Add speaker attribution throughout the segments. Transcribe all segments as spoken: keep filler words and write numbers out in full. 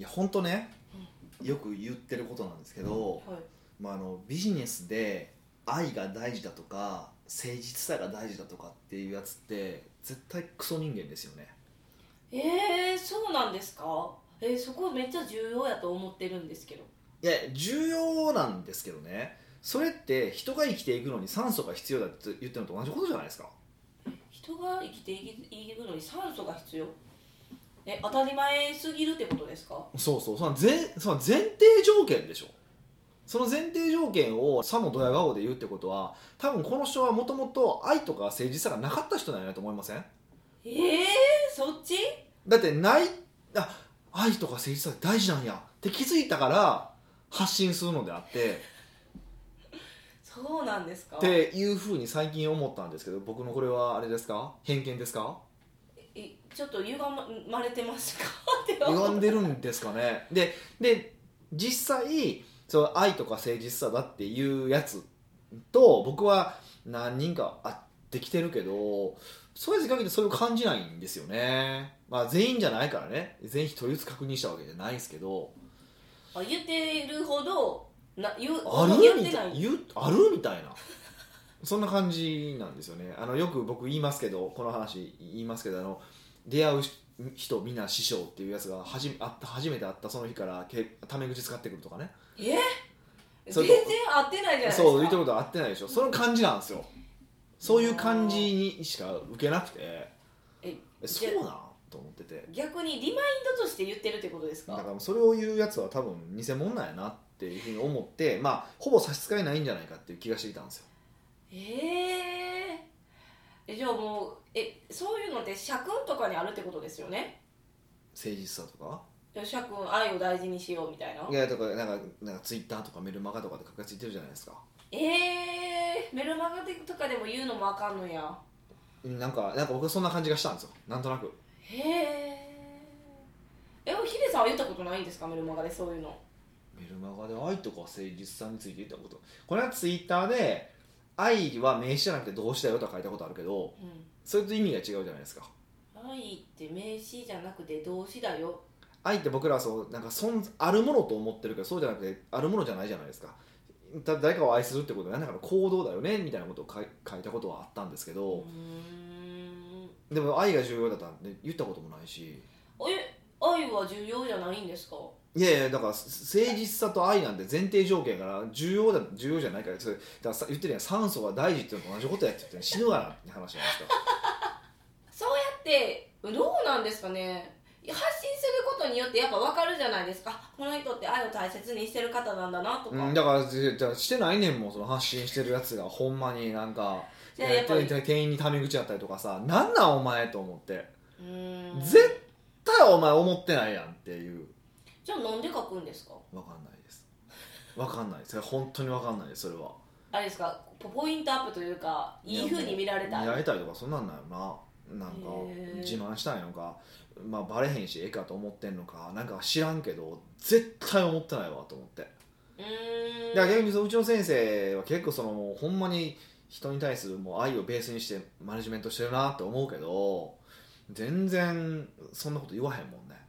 Speaker 1: いや本当ね、よく言ってることなんですけど、
Speaker 2: はい、
Speaker 1: まあ、あのビジネスで愛が大事だとか誠実さが大事だとかっていうやつって絶対クソ人間ですよね。
Speaker 2: えー、そうなんですか。えー、そこめっちゃ重要やと思ってるんですけど。
Speaker 1: いや重要なんですけどね、それって人が生きていくのに酸素が必要だって言ってるのと同じことじゃないですか。
Speaker 2: 人が生きていくのに酸素が必要。え、当たり前すぎるってことですか。
Speaker 1: そうそう、その前その前提条件でしょ。その前提条件をさもドヤ顔で言うってことは、多分この人はもともと愛とか誠実さがなかった人なんやと思いません？
Speaker 2: えー、そっち。
Speaker 1: だってないあ愛とか誠実さって大事なんやって気づいたから発信するのであって、
Speaker 2: そうなんですか。
Speaker 1: っていうふうに最近思ったんですけど、僕のこれはあれですか、偏見ですか？
Speaker 2: え、ちょっと歪まれてますかって
Speaker 1: 歪んでるんですかね。でで実際その愛とか誠実さだっていうやつと僕は何人か会ってきてるけど、それに限ってそれを感じないんですよね。まあ全員じゃないからね、全員一人ずつ確認したわけじゃないですけど、
Speaker 2: あ、言ってるほどな言う
Speaker 1: ある
Speaker 2: 言っ
Speaker 1: みた
Speaker 2: てないい。
Speaker 1: 言うあるみたいな、そんな感じなんですよね。あのよく僕言いますけど、この話言いますけど、あの出会う人みんな師匠っていうやつがはじめあった初めて会ったその日からけタメ口使ってくるとかね。
Speaker 2: え
Speaker 1: それ
Speaker 2: 全然合ってないじゃないですか。
Speaker 1: そう言ってることは合ってないでしょ。その感じなんですよ。そういう感じにしか受けなくて、
Speaker 2: え
Speaker 1: えそうなんと思ってて、
Speaker 2: 逆にリマインドとして言ってるってことですか。
Speaker 1: だからそれを言うやつは多分偽物なんやなっていうふうに思って、まあほぼ差し支えないんじゃないかっていう気がしてきたんですよ。
Speaker 2: えー、えじゃあもうえそういうのって社訓とかにあるってことですよね。
Speaker 1: 誠実さとか、
Speaker 2: 社訓愛を大事にしようみたいな。
Speaker 1: いやとかなんかなんかツイッターとかメルマガとかで書かついてるじゃないですか。
Speaker 2: えー、メルマガとかでも言うのもあかんのや。
Speaker 1: なんかなんか僕はそんな感じがしたんですよ、なんとなく。
Speaker 2: へえ。え、ヒデさんは言ったことないんですか、メルマガでそういうの。
Speaker 1: メルマガで愛とか誠実さについて言ったこと、これはツイッターで愛は名詞じゃなくて動詞だよとは書いたことあるけど、
Speaker 2: うん、
Speaker 1: それと意味が違うじゃないですか。
Speaker 2: 愛って名詞じゃなくて動詞だよ。
Speaker 1: 愛って僕らはそうなんか存あるものと思ってるけど、そうじゃなくてあるものじゃないじゃないですか。た誰かを愛するってことは何だから行動だよねみたいなことを書い書いたことはあったんですけど、
Speaker 2: うーん。
Speaker 1: でも愛が重要だったんで言ったこともないし。
Speaker 2: え、愛は重要じゃないんですか。
Speaker 1: いやいやだから誠実さと愛なんて前提条件から重要だ重要じゃないから、それだからさ言ってるやん、酸素が大事っていうのと同じことやって言って死ぬがなって話じゃないですか。
Speaker 2: そうやってどうなんですかね。発信することによってやっぱ分かるじゃないですか、この人って愛を大切にしてる方なんだなとか、
Speaker 1: うん、だからじゃあしてないねんもん、その発信してるやつがほんまになんか
Speaker 2: じゃあやっぱり
Speaker 1: 店員にタメ口やったりとかさ、なんなんお前と思って、
Speaker 2: うーん、
Speaker 1: 絶対お前思ってないやんっていう。
Speaker 2: じゃあなんで書くんですか。
Speaker 1: 分かんないです、分かんないです、本当に分かんないです。それは
Speaker 2: あれですか、ポポイントアップというかいい風に見られたい。
Speaker 1: 見られたりとかそんなんなんやろな、なんか
Speaker 2: へー
Speaker 1: 自慢したいのか、まあ、バレへんしええかと思ってんのかなんか知らんけど絶対思ってないわと思って。
Speaker 2: うーん。
Speaker 1: だから逆にうちの先生は結構そのもうほんまに人に対するもう愛をベースにしてマネジメントしてるなって思うけど、全然そんなこと言わへんもんね。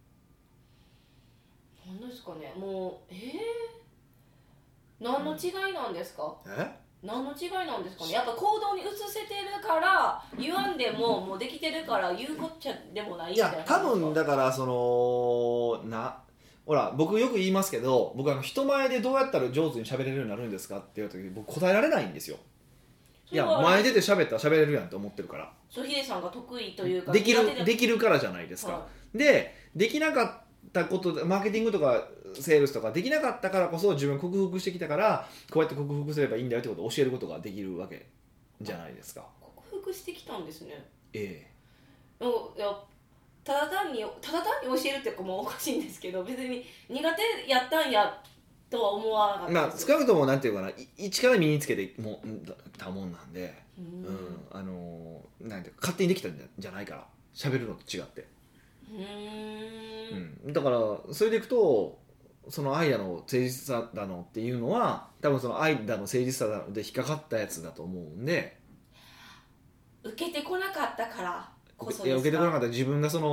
Speaker 2: なんですかね、もうえー、何の違いなんですか、
Speaker 1: え
Speaker 2: 何の違いなんですかね。やっぱ行動に移せてるから言わんでももうできてるから言うこっちゃでもない
Speaker 1: い
Speaker 2: みたいな
Speaker 1: や多分
Speaker 2: だ
Speaker 1: だからそのなほら僕よく言いますけど、僕あの人前でどうやったら上手に喋れるようになるんですかって言われた時僕答えられないんですよ。いや前出て喋ったら喋れるやんって思ってるから。
Speaker 2: そう、ヒデさんが得意というか
Speaker 1: でき
Speaker 2: 苦手な
Speaker 1: るできるからじゃないですか、
Speaker 2: は
Speaker 1: でできなかったことでマーケティングとかセールスとかできなかったからこそ自分克服してきたからこうやって克服すればいいんだよってことを教えることができるわけじゃないですか。
Speaker 2: 克服してきたんですね。
Speaker 1: え
Speaker 2: でもいやただ単にただ単に教えるっていうかもうおかしいんですけど、別に苦手やったんやとは思わなか
Speaker 1: え、まあ
Speaker 2: ったです
Speaker 1: 少なくともなんていうかな、い一から身につけてもたもんなんで、
Speaker 2: う
Speaker 1: うんん、あのなんていうか勝手にできたんじゃないから喋るのと違って、
Speaker 2: うーん、
Speaker 1: うん、だからそれでいくとその愛だの誠実さだのっていうのは多分その愛だの誠実さだので引っかかったやつだと思うんで、
Speaker 2: 受けてこなかったからこそですか。
Speaker 1: いや受けてこなかった自分がその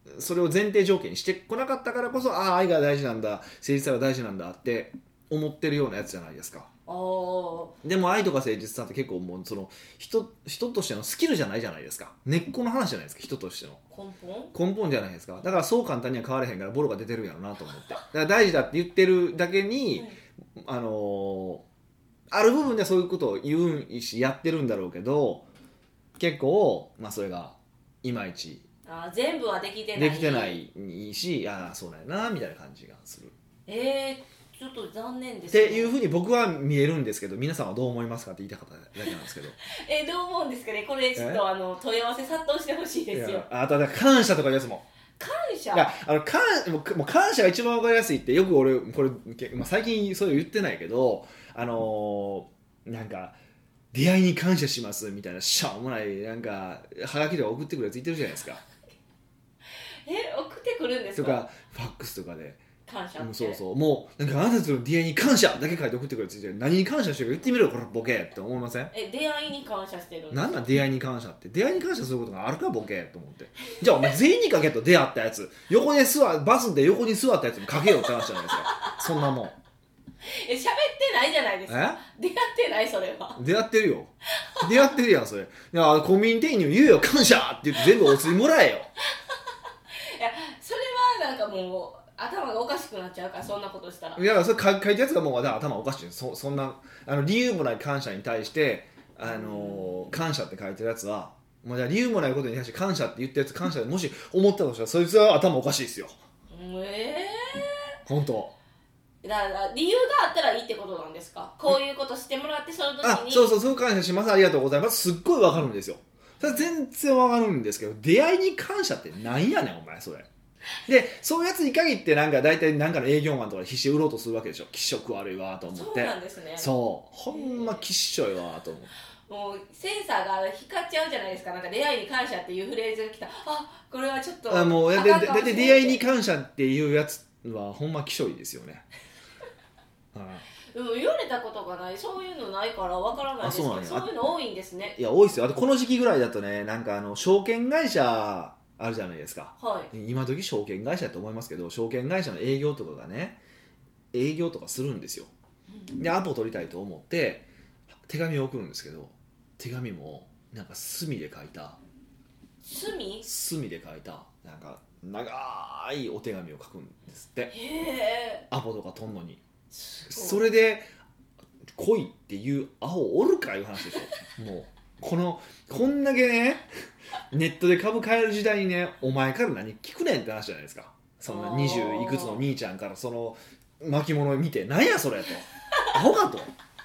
Speaker 1: それを前提条件にしてこなかったからこそ、ああ愛が大事なんだ、誠実さが大事なんだって思ってるようなやつじゃないですか。
Speaker 2: あー
Speaker 1: でも愛とか誠実さって結構もうその 人, 人としてのスキルじゃないじゃないですか。根っこの話じゃないですか。人としての
Speaker 2: 根本
Speaker 1: 根本じゃないですか。だからそう簡単には変われへんからボロが出てるんやろなと思って、だから大事だって言ってるだけに、あのー、ある部分でそういうことを言うしやってるんだろうけど、結構まあそれがいまいち
Speaker 2: あ全部はできてない
Speaker 1: できてないし、ああそうなんやなみたいな感じがする
Speaker 2: えー、ちょっと残念ですね
Speaker 1: っていうふうに僕は見えるんですけど、皆さんはどう思いますかって言いたかっただけなんですけど
Speaker 2: えー、どう思うんですかね。これちょっとあの問い合わせ殺到してほしいですよ。
Speaker 1: あとは感謝とかいうやつも、
Speaker 2: 感謝
Speaker 1: いやあの感もうもう感謝が一番わかりやすいってよく俺これ、まあ、最近そういう言ってないけど、あのー、なんか出会いに感謝しますみたいなしょうもないなんかハガキとか送ってくるやついてるじゃないですか。
Speaker 2: え送ってくるんですか。
Speaker 1: とかファックスとかで
Speaker 2: 感謝って、
Speaker 1: うん、そうそうもうなんかあなたとの出会いに感謝だけ書いて送ってくるやついてる。何に感謝してるか言ってみろよこれボケって思いません？
Speaker 2: え出会いに感謝してるんですか。
Speaker 1: なんなん出会いに感謝って、出会いに感謝することがあるかボケと思って、じゃあお前全員にかけと出会ったやつ横で座バスで横に座ったやつにかけようって話じゃないですかそんなもん
Speaker 2: え喋ってないじゃないですか。出会ってないそれは。
Speaker 1: 出会ってるよ出会ってるやんそれ。いやコンビニ店員にも言うよ感謝って言って全部お釣りもらえよ
Speaker 2: いやそれはなんかもう頭がおかしくなっちゃうから、そんなことしたら。
Speaker 1: いやそれ書いたやつがもう頭おかしい。 そ, そんなあの理由もない感謝に対して、あのー、感謝って書いてるやつはもうじゃあ理由もないことに対して感謝って言ったやつ感謝でもし思ったとしたらそいつは頭おかしいですよ。
Speaker 2: ええー、
Speaker 1: 本当
Speaker 2: だから理由があったらいいってことなんですか。こういうことしてもらってその時に
Speaker 1: あそうそうそう感謝しますありがとうございますすっごいわかるんですよ。それ全然わかるんですけど、出会いに感謝ってなんやねんお前それで。そういうやつに限ってなんか大体なんかの営業マンとかで必死で売ろうとするわけでしょ。気色悪いわと思って。
Speaker 2: そうなんですね。
Speaker 1: そうほんま気色いわと思って、
Speaker 2: もうセンサーが光っちゃうじゃないですか。なんか出会いに感謝っていうフレーズが来た、あこれはちょっと
Speaker 1: あもうだ
Speaker 2: あかんかもしれない
Speaker 1: って出会いに感謝っていうやつはほんま気性いいですよねは
Speaker 2: でも言われたことがない、そういうのないからわからないですけど、
Speaker 1: あそうなんや
Speaker 2: そういうの多いんですね。
Speaker 1: い、いや多いですよ。あとこの時期ぐらいだとね、なんかあの証券会社あるじゃないですか。
Speaker 2: はい
Speaker 1: 今時証券会社だと思いますけど、証券会社の営業とかがね営業とかするんですよ。でアポ取りたいと思って手紙を送るんですけど、手紙もなんか墨で書いた
Speaker 2: 墨
Speaker 1: 墨で書いたなんか長いお手紙を書くんですって。
Speaker 2: へえ
Speaker 1: アポとか取んのに。それで恋っていうアホおるかいう話でしょ。もうこのこんだけねネットで株買える時代にね、お前から何聞くねんって話じゃないですか。そんなにじゅういくつの兄ちゃんからその巻物を見てなんやそれとアホかと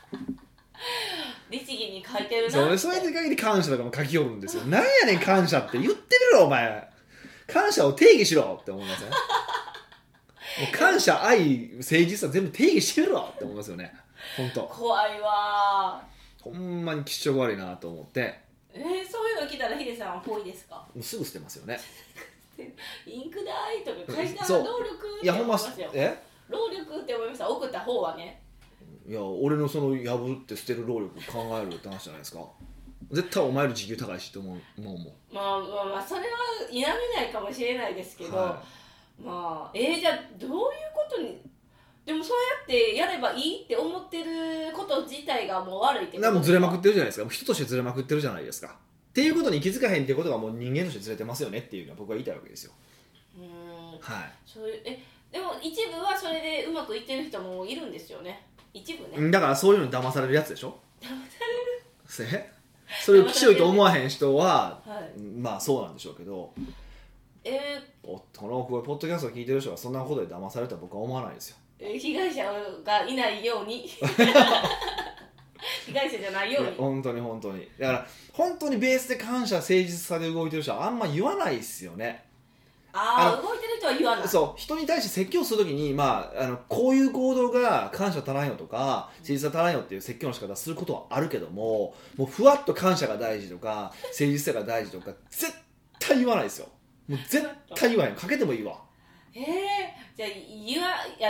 Speaker 2: 律儀に書いてるな
Speaker 1: それそうやって限り感謝とかも書き寄るんですよ。なんやねん感謝って言ってみろお前。感謝を定義しろって思いません？もう感謝愛誠実さ全部定義してみろって思いますよね。本当
Speaker 2: 怖いわ
Speaker 1: ほんまに気色悪いなと思って、
Speaker 2: えー、そういうの来たらヒデさんはぽいですか。
Speaker 1: もうすぐ捨てますよね。
Speaker 2: インク代とか書いたら
Speaker 1: そう
Speaker 2: 労力っ
Speaker 1: いやほんま
Speaker 2: て思いますよ。
Speaker 1: え
Speaker 2: 労力って思いました。送った方はね。
Speaker 1: いや俺のその破って捨てる労力考えるって話じゃないですか。絶対お前より時給高いしって思うもうも
Speaker 2: まあまあまあそれは否めないかもしれないですけど、
Speaker 1: は
Speaker 2: まあえー、じゃあどういうことにでもそうやってやればいいって思ってること自体がもう悪いってことですか。
Speaker 1: だからもうずれまくってるじゃないですか。もう人としてずれまくってるじゃないですかっていうことに気づかへんっていうことがもう人間としてずれてますよねっていうのは僕は言いたいわけですよ。
Speaker 2: うーん
Speaker 1: はい
Speaker 2: そういうえでも一部はそれでうまくいってる人もいるんですよね。一部ね。
Speaker 1: だからそういうのに騙されるやつでしょ。騙されるせそれをきしょいと思わへん人は、
Speaker 2: はい、
Speaker 1: まあそうなんでしょうけど、
Speaker 2: え
Speaker 1: ー、このポッドキャストを聞いてる人がそんなことで騙されるとは僕は思わないですよ。
Speaker 2: ー、被害者がいないように被害者じゃないように。
Speaker 1: 本当に本当にだから本当にベースで感謝誠実さで動いてる人はあんま言わないですよね。
Speaker 2: ああ動いてる人は言わない。
Speaker 1: そう人に対して説教するときに、まあ、あのこういう行動が感謝足らんよとか誠実さ足らんよっていう説教の仕方することはあるけども、もうふわっと感謝が大事とか誠実さが大事とか絶対言わないですよ。もう絶対言わない。かけてもいいわ。
Speaker 2: えー、じゃあ言わいや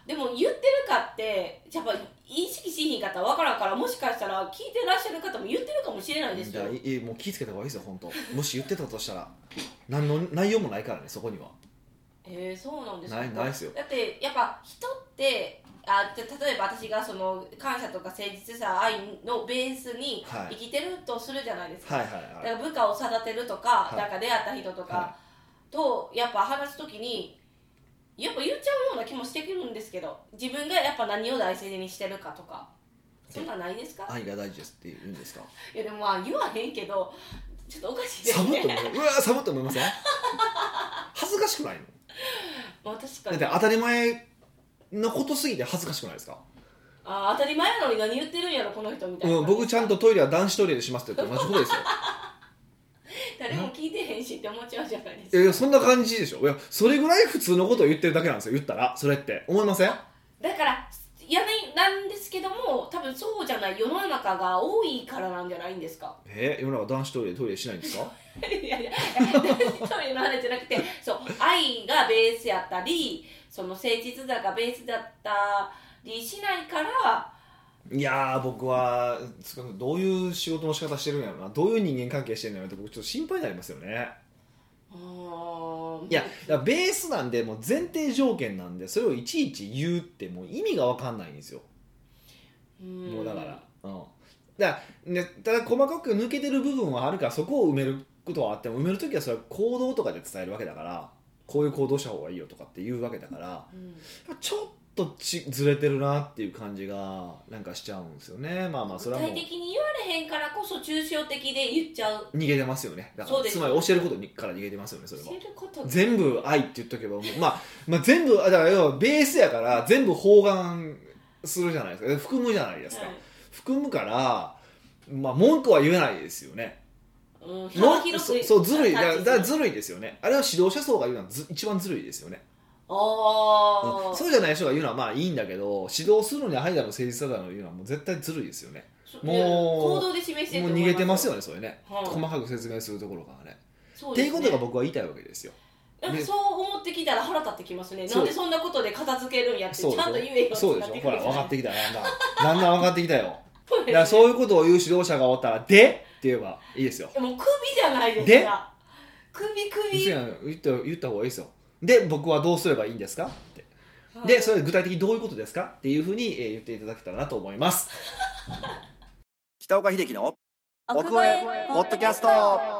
Speaker 2: でも言ってるかってやっぱ意識しひんかったら分からんから、もしかしたら聞いてらっしゃる方も言ってるかもしれないですよ。
Speaker 1: いやもう気ぃつけた方がいいですよ本当。もし言ってたとしたら何の内容もないからねそこには。
Speaker 2: えー、そうなんですか。
Speaker 1: ないないですよ。
Speaker 2: だってやっぱ人ってあじゃ例えば私がその感謝とか誠実さ愛のベースに生きてるとするじゃないですか、
Speaker 1: はいはいはいはい、
Speaker 2: だから部下を育てるとか、はい、なんか出会った人とかとやっぱ話すときにやっぱ言っちゃうような気もしてくるんですけど、自分がやっぱ何を大事にしてるかとかそんなんないですか。
Speaker 1: 愛が大事ですって言うんですか。
Speaker 2: いやでもまあ言わへんけどちょっとおかしいですね。
Speaker 1: 寒っと思う。うわ寒っと思いません恥ずかしくないの。
Speaker 2: まあ確かに
Speaker 1: だって当たり前のことすぎて恥ずかしくないですか。
Speaker 2: あ当たり前なのに何言ってるんやろこの人みたいな、
Speaker 1: うん、僕ちゃんとトイレは男子トイレでしますって言って同じことですよ
Speaker 2: 誰も聞いてへんしって思っちゃうじゃないですか。
Speaker 1: いやそんな感じでしょ。いやそれぐらい普通のことを言ってるだけなんですよ言ったら。それって思いません。
Speaker 2: だからいやないなんですけども多分そうじゃない世の中が多いからなんじゃないんですか。
Speaker 1: え世の中男子トイレでトイレしないんですか
Speaker 2: いやいや男子トイレの話じゃなくてそう愛がベースやったりその誠実さがベースだったりしないから。
Speaker 1: いやー僕はどういう仕事の仕方してるんやろな、どういう人間関係してるんやろって僕ちょっと心配になりますよね。
Speaker 2: あ
Speaker 1: いやだからベースなんでもう前提条件なんでそれをいちいち言うってもう意味が分かんないんですよ。もうだから、うん、だから、ね、ただ細かく抜けてる部分はあるからそこを埋めることはあっても埋めるときはそれは行動とかで伝えるわけだから、こういう行動した方がいいよとかって言うわけだから、うん、ちょっとちずれてるなっていう感じがなんかしちゃうんですよね。まあまあそれはもう
Speaker 2: 具体的に言われへんからこそ抽象的で言っちゃう。
Speaker 1: 逃げてますよね。だからつまり教えることにから逃げてますよね。それは
Speaker 2: 教えること
Speaker 1: 全部愛って言っとけばもう、まあ、まあ全部だから要はベースやから全部包含するじゃないですか。含むじゃないですか、はい、含むからまあ文句は言えないですよね。
Speaker 2: うん、広く
Speaker 1: そそうずるいだだずるいですよね。あれは指導者層が言うのはず一番ずるいですよね。あ、うん、そうじゃない人が言うのはまあいいんだけど、指導するのに愛だの誠実さだの言うのはもう絶対ずるいですよね。もう
Speaker 2: 行動で示してる
Speaker 1: もう逃げてますよねそれね、
Speaker 2: はい、
Speaker 1: 細かく説明するところからね。
Speaker 2: そうですね
Speaker 1: っていうことが僕は言いたいわけですよ。
Speaker 2: そう思ってきたら腹立ってきますね。なんでそんなことで片付けるんやってちゃんと言えよって
Speaker 1: そうでしょ。ほら分かってきたよ。だんだん分かってきたよだからそういうことを言う指導者がおったらでって言えばいいですよ。
Speaker 2: もう首じゃないですか。首首
Speaker 1: 言った言った方がいいですよ。で僕はどうすればいいんですかって、はい、でそれ具体的にどういうことですかっていうふうに言っていただけたらなと思います北岡秀樹の奥越えポッドキャスト。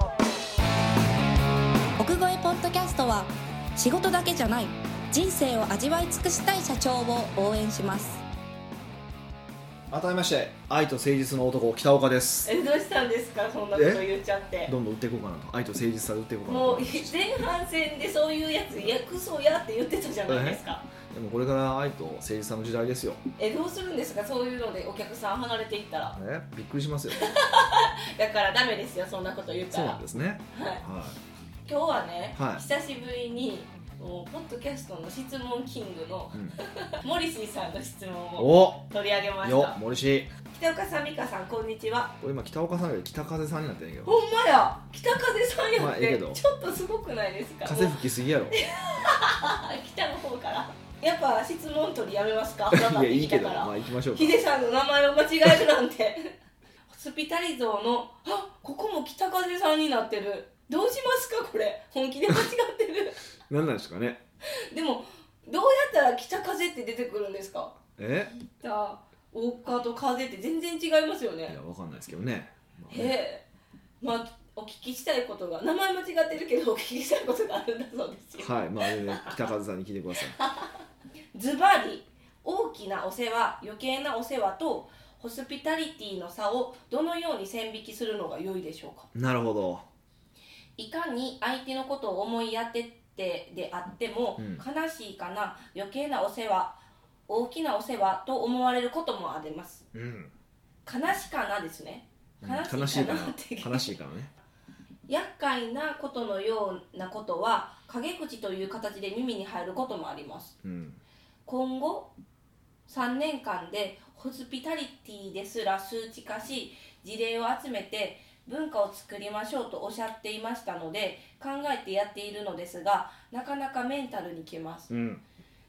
Speaker 3: 奥越えポッドキャストは仕事だけじゃない人生を味わい尽くしたい社長を応援します。
Speaker 1: 改めまして愛と誠実の男北岡です。
Speaker 2: えどうしたんですかそんなこと言っちゃって。
Speaker 1: どんどん売っていこうかなと、愛と誠実さで売っていこうかなと。
Speaker 2: もう前半戦でそういうやついやクソやって言ってたじゃないですか。
Speaker 1: でもこれから愛と誠実さの時代ですよ。
Speaker 2: えどうするんですかそういうのでお客さん離れていったら。
Speaker 1: えびっくりしますよ
Speaker 2: だからダメですよそんなこと言ったら。
Speaker 1: そうなんですね、はい、はい、
Speaker 2: 今日はね、はい、久しぶりにもうポッドキャストの質問キングの、うん、モリシーさんの質問を取り上げました。
Speaker 1: よモリシー。
Speaker 2: 北岡さん、美香さん、こんにちは。
Speaker 1: これ今北岡さんより北風さんになってるけど。
Speaker 2: ほんまや北風さんやって、まあ、ええけどちょっとすごくないですか。
Speaker 1: 風吹きすぎやろ
Speaker 2: 北の方からやっぱ質問取りやめますか。
Speaker 1: いやいいけどまあ行きましょうか。
Speaker 2: ヒデさんの名前を間違えるなんてホスピタリゾーのあここも北風さんになってる。どうしますかこれ本気で間違ってる
Speaker 1: 何なんですかね。
Speaker 2: でもどうやったら北風って出てくるんですか。
Speaker 1: え
Speaker 2: 北岡と風って全然違いますよね。
Speaker 1: いやわかんないですけどね、
Speaker 2: まあ、ねえまあお聞きしたいことが名前間違ってるけどお聞きしたいことがあるんだそうですよ。
Speaker 1: はいまあ、ね、北風さんに聞いてくださ
Speaker 2: いズバリ大きなお世話余計なお世話とホスピタリティの差をどのように線引きするのが良いでしょうか。
Speaker 1: なるほど。
Speaker 2: いかに相手のことを思いやってってであっても、うん、悲しいかな余計なお世話大きなお世話と思われることもあります、うん、悲しかなですね。
Speaker 1: 悲しいかなって悲しいかなね。
Speaker 2: 厄介なことのようなことは陰口という形で耳に入ることもあります、うん、今後さんねんかんでホスピタリティですら数値化し事例を集めて文化を作りましょうとおっしゃっていましたので考えてやっているのですがなかなかメンタルにきます、うん、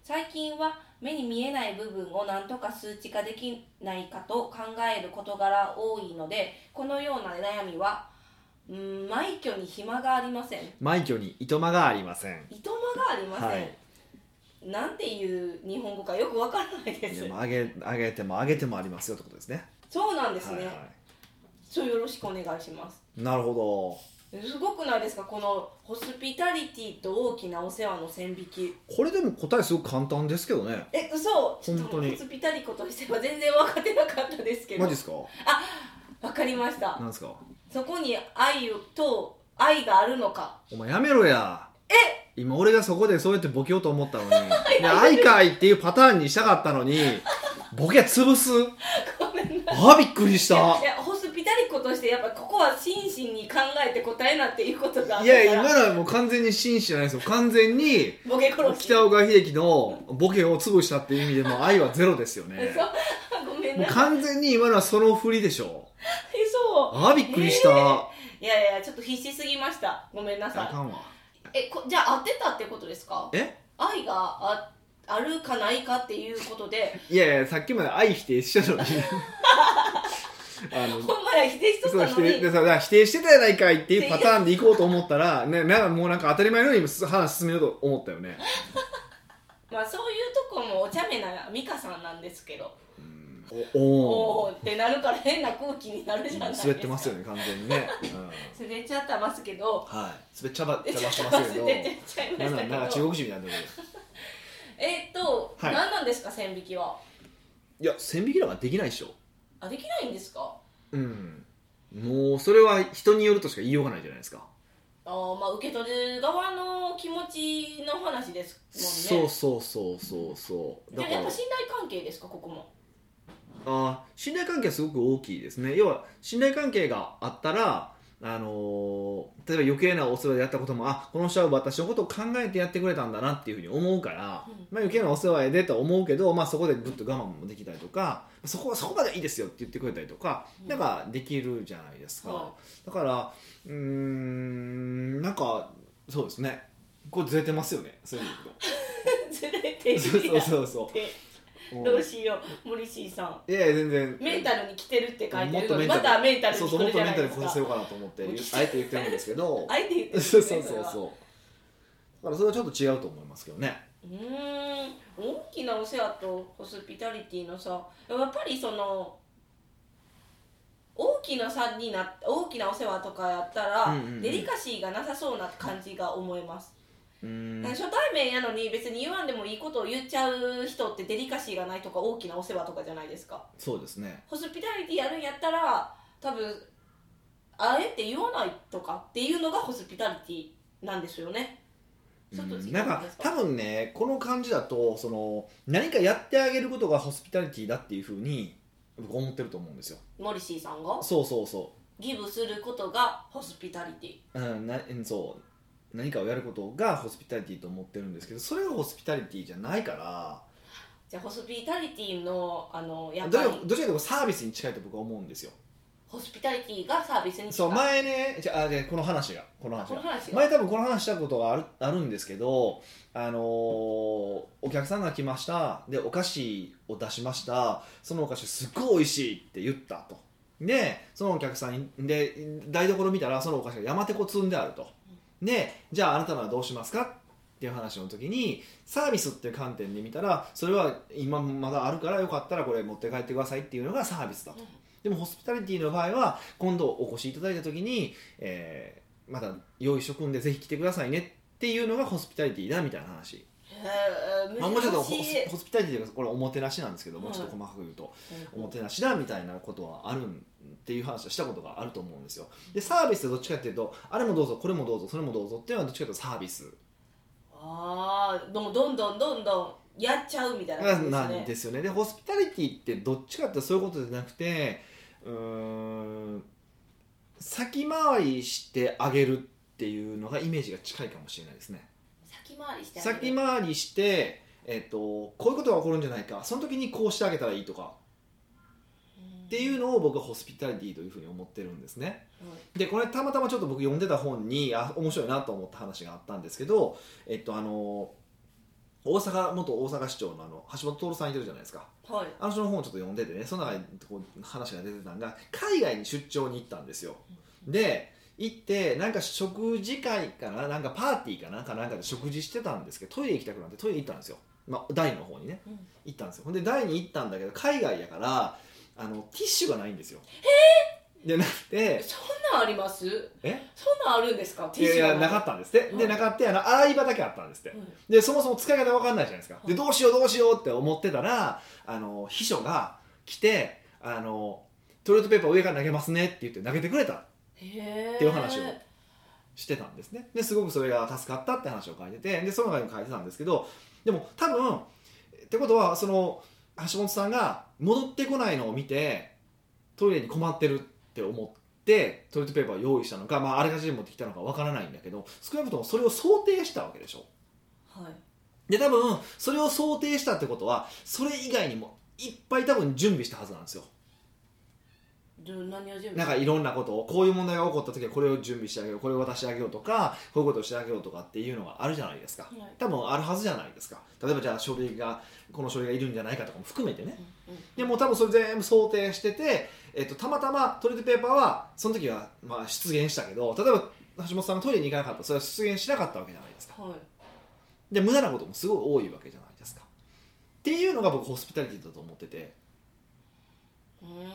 Speaker 2: 最近は目に見えない部分を何とか数値化できないかと考える事柄多いので、このような悩みはうーん枚挙に暇がありません。
Speaker 1: 枚挙にいとまがありません。
Speaker 2: いとまがありません、
Speaker 1: はい、
Speaker 2: なんていう日本語かよくわからないです。
Speaker 1: いやもう上げ、上げても上げてもありますよってことですね。
Speaker 2: そうなんですね、
Speaker 1: はいはい、
Speaker 2: そうよろしくお願いします。
Speaker 1: なるほど。
Speaker 2: すごくないですか、このホスピタリティと大きなお世話の線引き。
Speaker 1: これでも答えすごく簡単ですけどね。
Speaker 2: え、嘘。
Speaker 1: 本当に
Speaker 2: ホスピタリコとしては全然分かってなかったですけど。
Speaker 1: マジですか。
Speaker 2: あ、分かりました。
Speaker 1: なんですか。そ
Speaker 2: こに愛と愛があるのか。
Speaker 1: お前やめろや。
Speaker 2: え、
Speaker 1: 今俺がそこでそうやってボケようと思ったのにいや愛かいっていうパターンにしたかったのにボケ潰す。
Speaker 2: ごめんなさい。
Speaker 1: あ、びっくりした。
Speaker 2: いや、ホスピタリコとしてやっぱここは真摯に考えて答えなっていうことがあ
Speaker 1: い
Speaker 2: るから。
Speaker 1: や今のはもう完全に真摯じゃないですよ。完全に
Speaker 2: ボケ殺し。
Speaker 1: 北岡秀樹のボケを潰したっていう意味でも愛はゼロですよね。
Speaker 2: ごめん
Speaker 1: もう
Speaker 2: なさい。
Speaker 1: 完全に今のはその振りでしょ。
Speaker 2: え、そう。
Speaker 1: あ、びっくりした、えー、
Speaker 2: いやいやちょっと必死すぎました。ごめんなさい。
Speaker 1: あかんわ。
Speaker 2: え、こじゃあ合ってたってことですか。
Speaker 1: え、
Speaker 2: 愛が あ, あるかないかっていうことで。
Speaker 1: いやいやさっきまで愛否定したのに
Speaker 2: あのほんまや否定しとったのに
Speaker 1: そう否定でさ否定してたやないかいっていうパターンでいこうと思ったら、ね、なんかもうなんか当たり前のように話進めようと思ったよね
Speaker 2: まあそういうとこもお茶目な美香さんなんですけど、
Speaker 1: おお
Speaker 2: おーってなるから変な空気になるじゃないですか。
Speaker 1: 滑ってますよね完全にね、
Speaker 2: うん、滑っちゃってますけど、
Speaker 1: はい、滑っちゃばっちゃばしてますけど
Speaker 2: 滑っちゃいましたけど、
Speaker 1: なんか中国人みたいな
Speaker 2: えっと、はい、何なんですか線引きは。
Speaker 1: いや線引きなんかできないでしょ。
Speaker 2: あ、できないんですか。
Speaker 1: うん、もうそれは人によるとしか言いようがないじゃないですか。
Speaker 2: あ、まあ受け取る側の気持ちの話ですもんね。
Speaker 1: そうそうそうそうそう。
Speaker 2: だからやっぱ信頼関係ですか、ここも。
Speaker 1: あ、信頼関係はすごく大きいですね。要は信頼関係があったら、あのー、例えば余計なお世話でやったことも、あ、この人は私のことを考えてやってくれたんだなっていうふうに思うから、うん、まあ、余計なお世話やでと思うけど、まあ、そこでぐっと我慢もできたりとか、そこはそこまでいいですよって言ってくれたりとか、うん、なんかできるじゃないですか、はい、だからうーん、なんかそうですね、これずれてますよね、そういう
Speaker 2: のずれてる。
Speaker 1: そうそうそうそう
Speaker 2: どうしよう、モリシーさん。
Speaker 1: いやいや全然
Speaker 2: メンタルに来てるって書いてるのにまたメンタルに来てるじゃないですか。
Speaker 1: そうそう、もっとメンタルに来させようかなと思ってあえて言ってるんですけど
Speaker 2: あえて言ってるんです
Speaker 1: ね。そうそうそうそう、だからそれはちょっと違うと思いますけどね。
Speaker 2: うーん、大きなお世話とホスピタリティのさ、やっぱりその大きな差にな大きなお世話とかやったら、うんうんうん、デリカシーがなさそうな感じが思います。うん、初対面やのに別に言わんでもいいことを言っちゃう人ってデリカシーがないとか大きなお世話とかじゃないですか。
Speaker 1: そうですね。
Speaker 2: ホスピタリティやるんやったら多分あえて言わないとかっていうのがホスピタリティなんですよね。
Speaker 1: うん、なんか多分ね、この感じだとその何かやってあげることがホスピタリティだっていうふうに僕思ってると思うんですよ。
Speaker 2: モリシーさんが
Speaker 1: そうそうそう、
Speaker 2: ギブすることがホスピタリティ、
Speaker 1: うん、なそう何かをやることがホスピタリティと思ってるんですけど、それがホスピタリティじゃないから。
Speaker 2: じゃあホスピタリティのあのやっ
Speaker 1: ぱりどちらかというとサービスに近いと僕は思うんですよ。
Speaker 2: ホスピタリティがサービスに近い。
Speaker 1: そう、前ね、じゃあ、じゃあこの話がこの話が
Speaker 2: この話が
Speaker 1: 前多分この話したことがあるあるんですけど、あのー、お客さんが来ました、でお菓子を出しました、そのお菓子すっごい美味しいって言ったと。でそのお客さんで台所見たらそのお菓子が山手こ積んであると。でじゃああなたならどうしますかっていう話の時に、サービスっていう観点で見たらそれは今まだあるからよかったらこれ持って帰ってくださいっていうのがサービスだと。でもホスピタリティの場合は今度お越しいただいた時に、えー、また用意しとくんでぜひ来てくださいねっていうのがホスピタリティだみたいな話。
Speaker 2: へー、
Speaker 1: まあ、もうちょっとホス、ホスピタリティというかこれおもてなしなんですけど、もうちょっと細かく言うと、おもてなしだみたいなことはあるっていう話をしたことがあると思うんですよ。でサービスってどっちかっていうと、あれもどうぞこれもどうぞそれもどうぞっていうのはどっちかというとサービス。
Speaker 2: ああ、どんどんどんどんどんやっちゃうみたいな感じですね。
Speaker 1: なんですよね。でホスピタリティってどっちかっていうとそういうことじゃなくて、うーん、先回りしてあげるっていうのがイメージが近いかもしれないですね。
Speaker 2: 先回りしてあげる。
Speaker 1: 先回りして、えっと、こういうことが起こるんじゃないか、その時にこうしてあげたらいいとかっていうのを僕はホスピタリティというふうに思ってるんですね、うん、でこれたまたまちょっと僕読んでた本にあ面白いなと思った話があったんですけど、えっとあのお大阪元大阪市長のあの橋本徹さんいてるじゃないですか、
Speaker 2: はい、
Speaker 1: あの人の本をちょっと読んでてね、その中にこう話が出てたのが海外に出張に行ったんですよ。で行ってなんか食事会かな、なんかパーティーかなんかなんかで食事してたんですけど、トイレ行きたくなってトイレ行ったんですよ、まあ、台の方にね、うん、行ったんですよ。ほんで台に行ったんだけど海外やからあのティッシュがないんですよ。へでなくて、
Speaker 2: そんなんあります？
Speaker 1: え
Speaker 2: そんなんあるんですか？ティッ
Speaker 1: い
Speaker 2: シュが
Speaker 1: やいやなかったんですって、うん、でなかったあの洗い場だけあったんですって、うん、でそもそも使い方分かんないじゃないですか、でどうしようどうしようって思ってたらあの秘書が来てあのトイレットペーパー上から投げますねって言って投げてくれたっていう話をしてたんですね。ですごくそれが助かったって話を書いてて、でその中にも書いてたんですけど、でも多分ってことはその橋本さんが戻ってこないのを見てトイレに困ってるって思ってトイレットペーパーを用意したのか、まあ、あれがじめ持ってきたのかわからないんだけど、少なくともそれを想定したわけでしょ。
Speaker 2: はい、
Speaker 1: で多分それを想定したってことはそれ以外にもいっぱい多分準備したはずなんですよ。
Speaker 2: 何を準備
Speaker 1: なんかいろんなことを、こういう問題が起こった時はこれを準備してあげよう、これを渡してあげようとか、こういうことをしてあげようとかっていうのがあるじゃないですか、はい、多分あるはずじゃないですか。例えばじゃあ書類がこの書類がいるんじゃないかとかも含めてね、うんうん、でも多分それ全部想定してて、えっと、たまたまトイレットペーパーはその時はまあ出現したけど、例えば橋本さんがトイレに行かなかったらそれは出現しなかったわけじゃないですか、はい、で無駄なこともすごい多いわけじゃないですかっていうのが僕ホスピタリティだと思ってて、
Speaker 2: うーん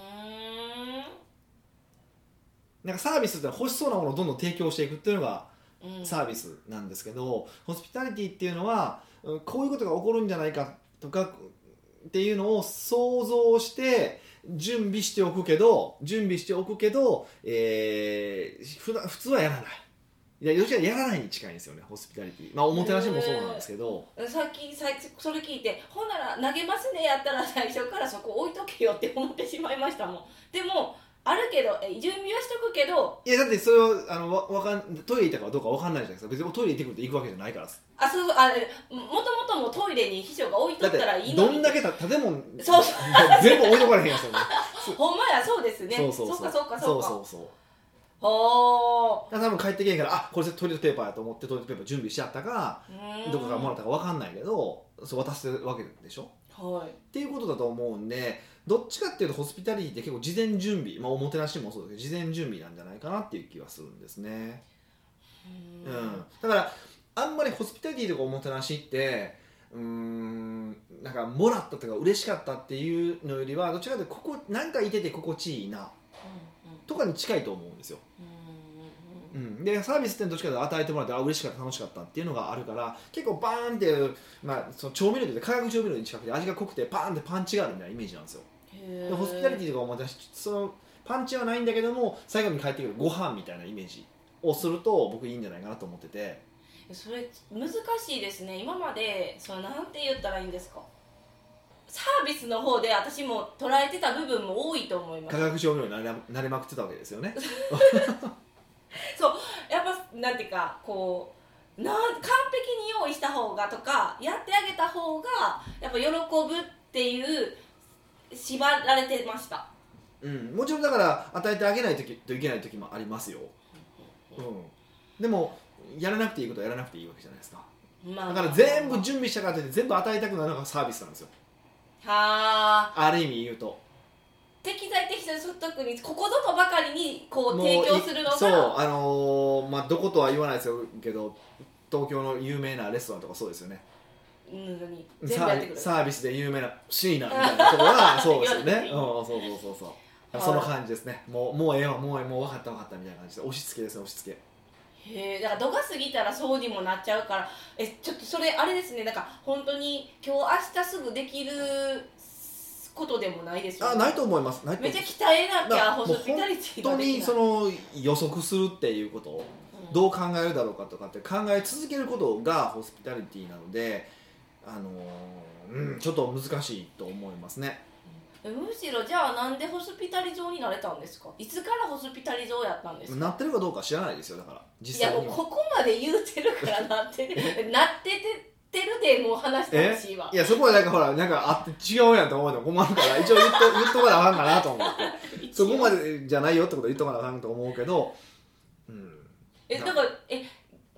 Speaker 1: なんかサービスってのは欲しそうなものをどんどん提供していくっていうのがサービスなんですけど、うん、ホスピタリティっていうのはこういうことが起こるんじゃないかとかっていうのを想像して準備しておくけど準備しておくけど、えー、普段普通はやらない。いや、どちらかやらないに近いんですよね、ホスピタリティ。まあおもてなしもそうなんですけど、
Speaker 2: えー、さっきさそれ聞いてほんなら投げますねやったら最初からそこ置いとけよって思ってしまいましたもん。でもあるけど準備はしとくけど、
Speaker 1: いやだってそれをあのわわかんトイレ行ったかどうかわかんないじゃないですか。別にトイレ行ってくるって行くわけじゃないから。
Speaker 2: あ、そうそう、あれもともともトイレに秘書が置いとったらいいのに。
Speaker 1: どんだけた建物
Speaker 2: そう
Speaker 1: 全部置いとかれへんやつよね。
Speaker 2: ほんまや、そうですね。
Speaker 1: そうそうそう
Speaker 2: そうかそうかそうか。
Speaker 1: そうそうそう。
Speaker 2: ほー。
Speaker 1: 多分帰ってけへんからあこれトイレットペーパーやと思ってトイレットペーパー準備しちゃったかどこからもらったかわかんないけどそう渡してるわけでしょ。
Speaker 2: はい。
Speaker 1: っていうことだと思うんで。どっちかっていうとホスピタリティって結構事前準備、まあ、おもてなしもそうですけど事前準備なんじゃないかなっていう気はするんですね。うん、うん、だからあんまりホスピタリティとかおもてなしってうーんなんかもらったとか嬉しかったっていうのよりはどっちかというとここなんかいてて心地いいなとかに近いと思うんですよ。うん、でサービスってどっちかというと与えてもらってあ嬉しかった楽しかったっていうのがあるから結構バーンっていう、まあ、その調味料で化学調味料に近くて味が濃くてパーンってパンチがあるみたいなイメージなんですよ。でホスピタリティとかもそのパンチはないんだけども最後に帰ってくるご飯みたいなイメージをすると僕いいんじゃないかなと思ってて。
Speaker 2: それ難しいですね。今までそのなんて言ったらいいんですか、サービスの方で私も捉えてた部分も多いと思います。
Speaker 1: 化学調味料になれ、なれまくってたわけですよね。
Speaker 2: そうやっぱなんていうかこうなん完璧に用意した方がとかやってあげた方がやっぱ喜ぶっていう縛られてました。
Speaker 1: うん、もちろんだから与えてあげないといけない時もありますよ、うん、でもやらなくていいことはやらなくていいわけじゃないですか、まあ、だから全部準備したからといって全部与えたくなるのがサービスなんですよ。
Speaker 2: は
Speaker 1: ある意味言うと
Speaker 2: 適材適所に特にここぞとばかりにこう提供するのが
Speaker 1: そうあのー、まあどことは言わないですよけど東京の有名なレストランとかそうですよね。
Speaker 2: うん、全部やってくる
Speaker 1: サービスで有名なシーナみたいなところはそうですよね。うん、そうそうそうそうその感じですね。もうもうええわもうええもう分かった分かったみたいな感じで押し付けですね押し付
Speaker 2: け。へえ、だから度が過ぎたらそうにもなっちゃうからえちょっとそれあれですね。なんか本当に今日明日すぐできることでもないですよね。
Speaker 1: あないと思います。ないと
Speaker 2: めっちゃ鍛えなきゃホスピタリティができない。
Speaker 1: 本当にその予測するっていうことをどう考えるだろうかとかって考え続けることがホスピタリティなので。あのーうん、ちょっと難しいと思いますね。
Speaker 2: むしろじゃあなんでホスピタリゾーになれたんですか。いつからホスピタリゾーやったんですか。
Speaker 1: なってるかどうか知らないですよ。だから実際に
Speaker 2: いやもうここまで言うてるからなってなっててるでもう話してほしいわ。
Speaker 1: いやそこはなんかほらなんかあって違うやんと思うの困るから一応言っと言っとかなあかんかなと思ってそこまでじゃないよってこと言っとかなあかんと思うけど、うん、
Speaker 2: えだからえ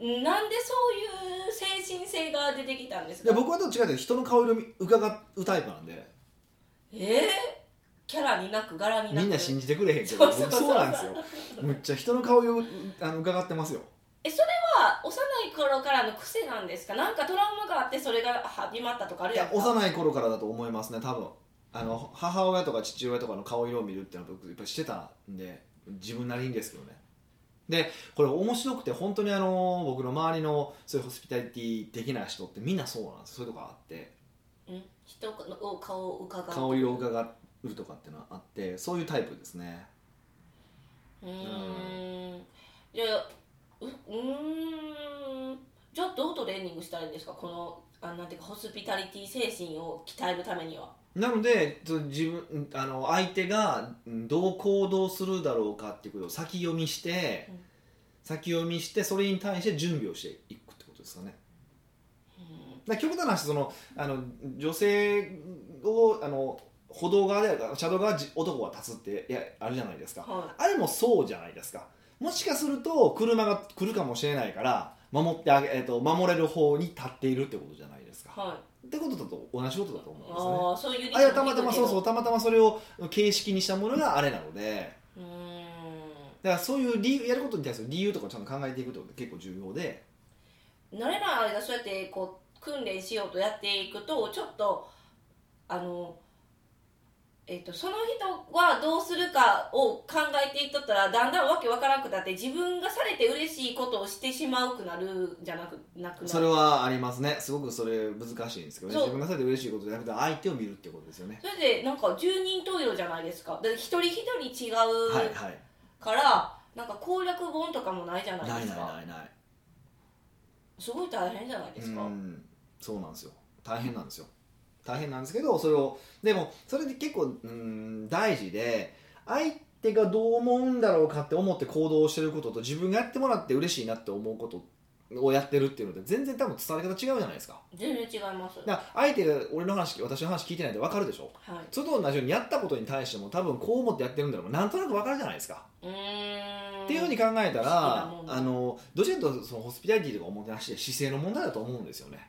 Speaker 2: なんでそういう精神性が出てきたんですか？
Speaker 1: いや僕はどっちかというと人の顔色を伺うタイプなんで。
Speaker 2: えー、キャラになく柄になく
Speaker 1: みんな信じてくれへんけど、
Speaker 2: そうそうそう
Speaker 1: 僕そうなんですよ。むっちゃ人の顔色をあの伺ってますよ。
Speaker 2: えそれは幼い頃からの癖なんですか？なんかトラウマがあってそれが始まったとかある
Speaker 1: いや
Speaker 2: やんか。
Speaker 1: 幼い頃からだと思いますね多分。あの母親とか父親とかの顔色を見るっていうのは僕やっぱしてたんで、自分なりにですけどね。でこれ面白くて本当にあの僕の周りのそういうホスピタリティ的な人ってみんなそうなんです。そういうとこがあって、
Speaker 2: うん、人の顔を伺う
Speaker 1: 顔色を伺うとかっていうのはあって、そういうタイプですね。
Speaker 2: うーんじゃあううーんじゃあどうトレーニングしたらいいんですか？このあなんていうかホスピタリティ精神を鍛えるためには。
Speaker 1: なので自分あの相手がどう行動するだろうかっていうことを先読みして、うん、先読みしてそれに対して準備をしていくってことですかね。うん、だ極端な話そのあの女性をあの歩道側で車道側男が立つっていやあるじゃないですか、はい、あれもそうじゃないですか。もしかすると車が来るかもしれないから守ってあげ、えーと、守れる方に立っているってことじゃないですか、はい、ってことだと同じことだと思うんですね。
Speaker 2: ああそういう理
Speaker 1: あいやたまたまそうそうたまたまそれを形式にしたものがあれなので、
Speaker 2: うーん
Speaker 1: だからそういう理由やることに対する理由とかちゃんと考えていくってことが結構重要で、
Speaker 2: 慣れない間そうやってこう訓練しようとやっていくとちょっとあのえっと、その人はどうするかを考えていっとったらだんだんわけわからなくなって自分がされて嬉しいことをしてしまうくなるじゃなくなくなる。
Speaker 1: それはありますね。すごくそれ難しいんですけどね。自分がされて嬉しいことじゃなくて相手を見るってことですよね。
Speaker 2: それでなんか十人十色じゃないですか。で一人一人違うから、はいはい、なんか攻略本とかもないじゃないですか。
Speaker 1: ないないないない。
Speaker 2: すごい大変じゃないですか。
Speaker 1: うん、そうなんですよ。大変なんですよ。大変なんですけど、それをでもそれで結構うん大事で、相手がどう思うんだろうかって思って行動してることと自分がやってもらって嬉しいなって思うことをやってるっていうので全然多分伝わり方違うじゃないですか。
Speaker 2: 全然違います。
Speaker 1: だから相手が俺の話私の話聞いてないって分かるでしょ、はい、それと同じようにやったことに対しても多分こう思ってやってるんだろうなんとなく分かるじゃないですか。
Speaker 2: うーん
Speaker 1: っていうふうに考えたらあのどちらかというとそのホスピタリティとかおもてなしで姿勢の問題だと思うんですよね。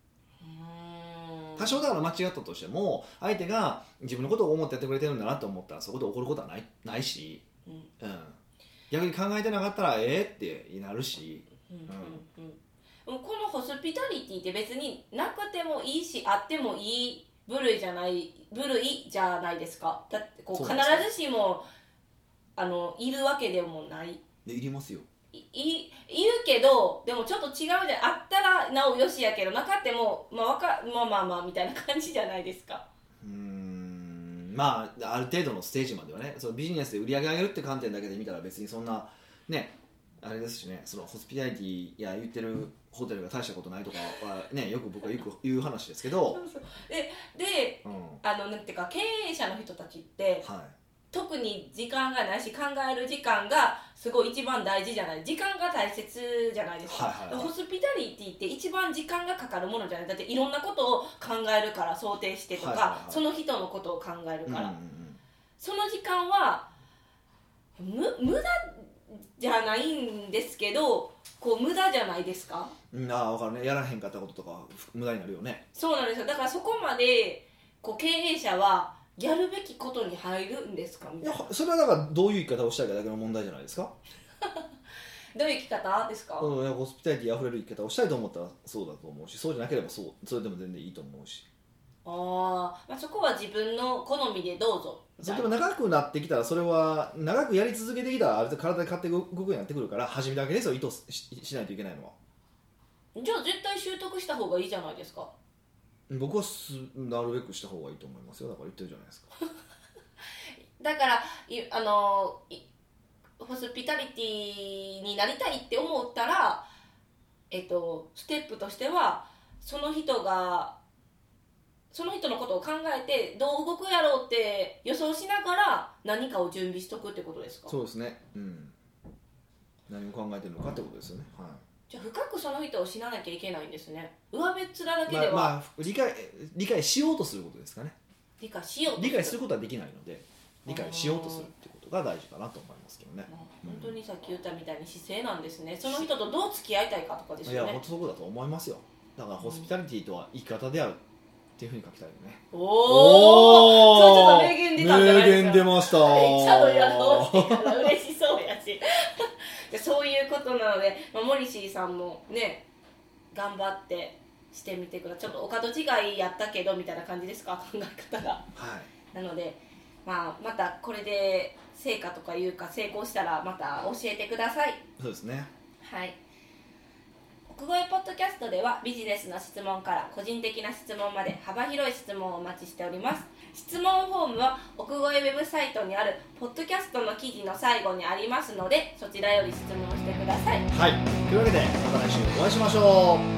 Speaker 1: 多少だから間違ったとしても相手が自分のことを思ってやってくれてるんだなと思ったらそこで怒ることはない、ないし、うんうん、逆に考えてなかったらええー、ってなるし、うん
Speaker 2: うんうん、このホスピタリティって別になくてもいいしあってもいい部類じゃない部類じゃないですか。だってこう必ずしもあのいるわけでもない。
Speaker 1: でいりますよ。
Speaker 2: い, い, いるけどでもちょっと違うじゃん。あったらなおよしやけどなかっても、まあ、わかまあまあまあみたいな感じじゃないですか。
Speaker 1: うーんまあある程度のステージまではねそのビジネスで売り上げ上げるって観点だけで見たら別にそんなねあれですしね、そのホスピタリティや言ってるホテルが大したことないとかはねよく僕はよく言う話ですけど
Speaker 2: そうそうで, で、うん、あのなんていうか経営者の人たちって、はい、特に時間がないし考える時間がすごい一番大事じゃない。時間が大切じゃないですか、はいはいはい、ホスピタリティって一番時間がかかるものじゃない。だっていろんなことを考えるから想定してとか、はいはいはい、その人のことを考えるから、うんうんうん、その時間はむ無駄じゃないんですけどこう無駄じゃないですか。
Speaker 1: うん、ああ分かるね。やらへんかったこととか無駄になるよね。
Speaker 2: そうなんですよ。だからそこまでこう経営者はやるべきことに入るんですかみたいな。
Speaker 1: いやそれはだからどういう生き方をしたいかだけの問題じゃないですか
Speaker 2: どういう生き方ですか。
Speaker 1: うん、ホスピタリティあふれる生き方をしたいと思ったらそうだと思うし、そうじゃなければそうそれでも全然いいと思うし、
Speaker 2: あ、まあそこは自分の好みでどうぞ。
Speaker 1: それでも長くなってきたらそれは長くやり続けてきたらある程度体で勝手に動くようになってくるから始めだけですよ意図 し, しないといけないのは。
Speaker 2: じゃあ絶対習得した方がいいじゃないですか。
Speaker 1: 僕はすなるべくした方がいいと思いますよ。だから言ってるじゃないですか
Speaker 2: だからあのホスピタリティになりたいって思ったら、えっと、ステップとしてはその人がその人のことを考えてどう動くやろうって予想しながら何かを準備しとくってことですか。
Speaker 1: そうですね、うん、何を考えてるのかってことですよね、はい。
Speaker 2: じゃあ深くその人を知らなきゃいけないんですね。上辺っ面だけでは、
Speaker 1: まあまあ、理解、理解しようとすることですかね。
Speaker 2: 理解しようとする
Speaker 1: 理解することはできないので理解しようとするってことことが大事かなと思いますけどね、
Speaker 2: 本当にさっき言ったみたいに姿勢なんですね。その人とどう付き合いたいかとかですよね。
Speaker 1: いや本当そこだと思いますよ。だからホスピタリティとは生き方であるっていうふうに書きたいよね。
Speaker 2: おお、それちょっと名言出たんじゃないですか。
Speaker 1: 名言出ました。
Speaker 2: めっちゃドヤ顔してから嬉しそうやしでそういうことなので、まあ、モリシーさんもね頑張ってしてみてください。ちょっとお門違いやったけどみたいな感じですか、考え方が。
Speaker 1: はい。
Speaker 2: なので、まあ、またこれで成果とかいうか成功したらまた教えてください。
Speaker 1: そうですね。
Speaker 2: はい。奥越ポッドキャストではビジネスの質問から個人的な質問まで幅広い質問をお待ちしております。質問フォームは奥越ウェブサイトにあるポッドキャストの記事の最後にありますので、そちらより質問してください。
Speaker 1: はい。というわけでまた来週お会いしましょう。